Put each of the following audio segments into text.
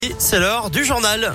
Et c'est l'heure du journal.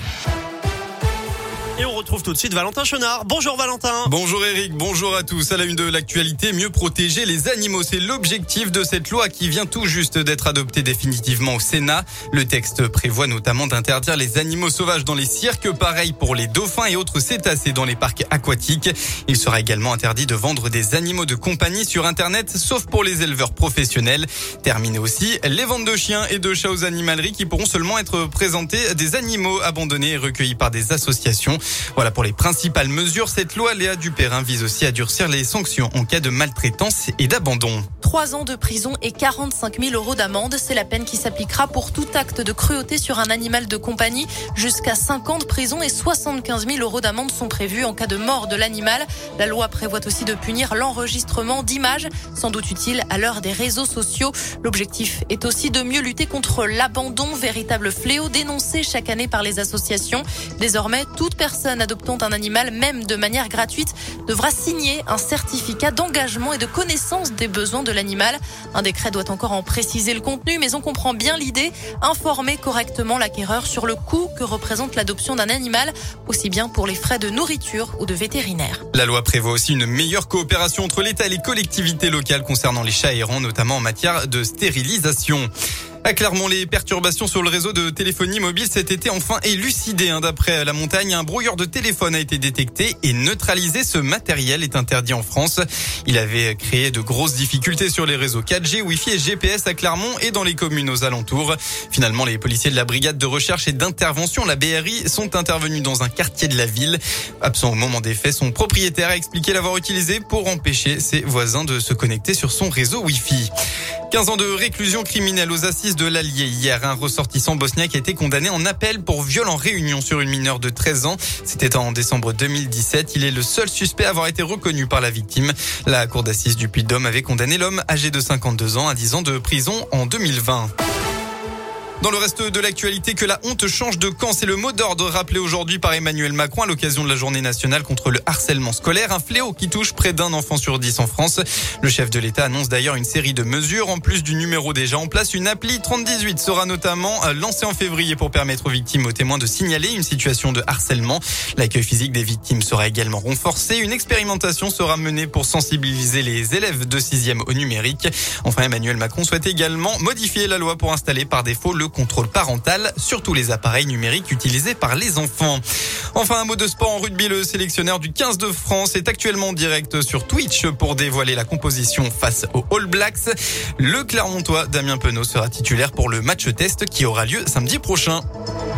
Et on retrouve tout de suite Valentin Chenard. Bonjour Valentin. Bonjour Eric, bonjour à tous. À la une de l'actualité, mieux protéger les animaux. C'est l'objectif de cette loi qui vient tout juste d'être adoptée définitivement au Sénat. Le texte prévoit notamment d'interdire les animaux sauvages dans les cirques, pareil pour les dauphins et autres cétacés dans les parcs aquatiques. Il sera également interdit de vendre des animaux de compagnie sur Internet, sauf pour les éleveurs professionnels. Terminé aussi les ventes de chiens et de chats aux animaleries qui pourront seulement être présentés des animaux abandonnés et recueillis par des associations. Voilà pour les principales mesures. Cette loi, Léa Dupérin, vise aussi à durcir les sanctions en cas de maltraitance et d'abandon. 3 ans de prison et 45 000 € d'amende. C'est la peine qui s'appliquera pour tout acte de cruauté sur un animal de compagnie. Jusqu'à 5 ans de prison et 75 000 € d'amende sont prévus en cas de mort de l'animal. La loi prévoit aussi de punir l'enregistrement d'images, sans doute utile à l'heure des réseaux sociaux. L'objectif est aussi de mieux lutter contre l'abandon, véritable fléau dénoncé chaque année par les associations. Désormais, toute personne adoptant un animal, même de manière gratuite, devra signer un certificat d'engagement et de connaissance des besoins de l'animal. Un décret doit encore en préciser le contenu, mais on comprend bien l'idée. Informer correctement l'acquéreur sur le coût que représente l'adoption d'un animal, aussi bien pour les frais de nourriture ou de vétérinaire. La loi prévoit aussi une meilleure coopération entre l'État et les collectivités locales concernant les chats errants, notamment en matière de stérilisation. À Clermont, les perturbations sur le réseau de téléphonie mobile cet été enfin élucidées. D'après la montagne, un brouilleur de téléphone a été détecté et neutralisé. Ce matériel est interdit en France. Il avait créé de grosses difficultés sur les réseaux 4G, Wi-Fi et GPS à Clermont et dans les communes aux alentours. Finalement, les policiers de la brigade de recherche et d'intervention, la BRI, sont intervenus dans un quartier de la ville. Absent au moment des faits, son propriétaire a expliqué l'avoir utilisé pour empêcher ses voisins de se connecter sur son réseau Wi-Fi. 15 ans de réclusion criminelle aux assises de l'Allier. Hier, un ressortissant bosniaque a été condamné en appel pour viol en réunion sur une mineure de 13 ans. C'était en décembre 2017. Il est le seul suspect à avoir été reconnu par la victime. La cour d'assises du Puy-de-Dôme avait condamné l'homme âgé de 52 ans à 10 ans de prison en 2020. Dans le reste de l'actualité, que la honte change de camp, c'est le mot d'ordre rappelé aujourd'hui par Emmanuel Macron à l'occasion de la journée nationale contre le harcèlement scolaire, un fléau qui touche près d'un enfant sur 10 en France. Le chef de l'État annonce d'ailleurs une série de mesures. En plus du numéro déjà en place, une appli 3018 sera notamment lancée en février pour permettre aux victimes, aux témoins de signaler une situation de harcèlement. L'accueil physique des victimes sera également renforcé. Une expérimentation sera menée pour sensibiliser les élèves de 6e au numérique. Enfin, Emmanuel Macron souhaite également modifier la loi pour installer par défaut le contrôle parental sur tous les appareils numériques utilisés par les enfants. Enfin, un mot de sport en rugby. Le sélectionneur du 15 de France est actuellement en direct sur Twitch pour dévoiler la composition face aux All Blacks. Le Clermontois Damien Penaud sera titulaire pour le match test qui aura lieu samedi prochain.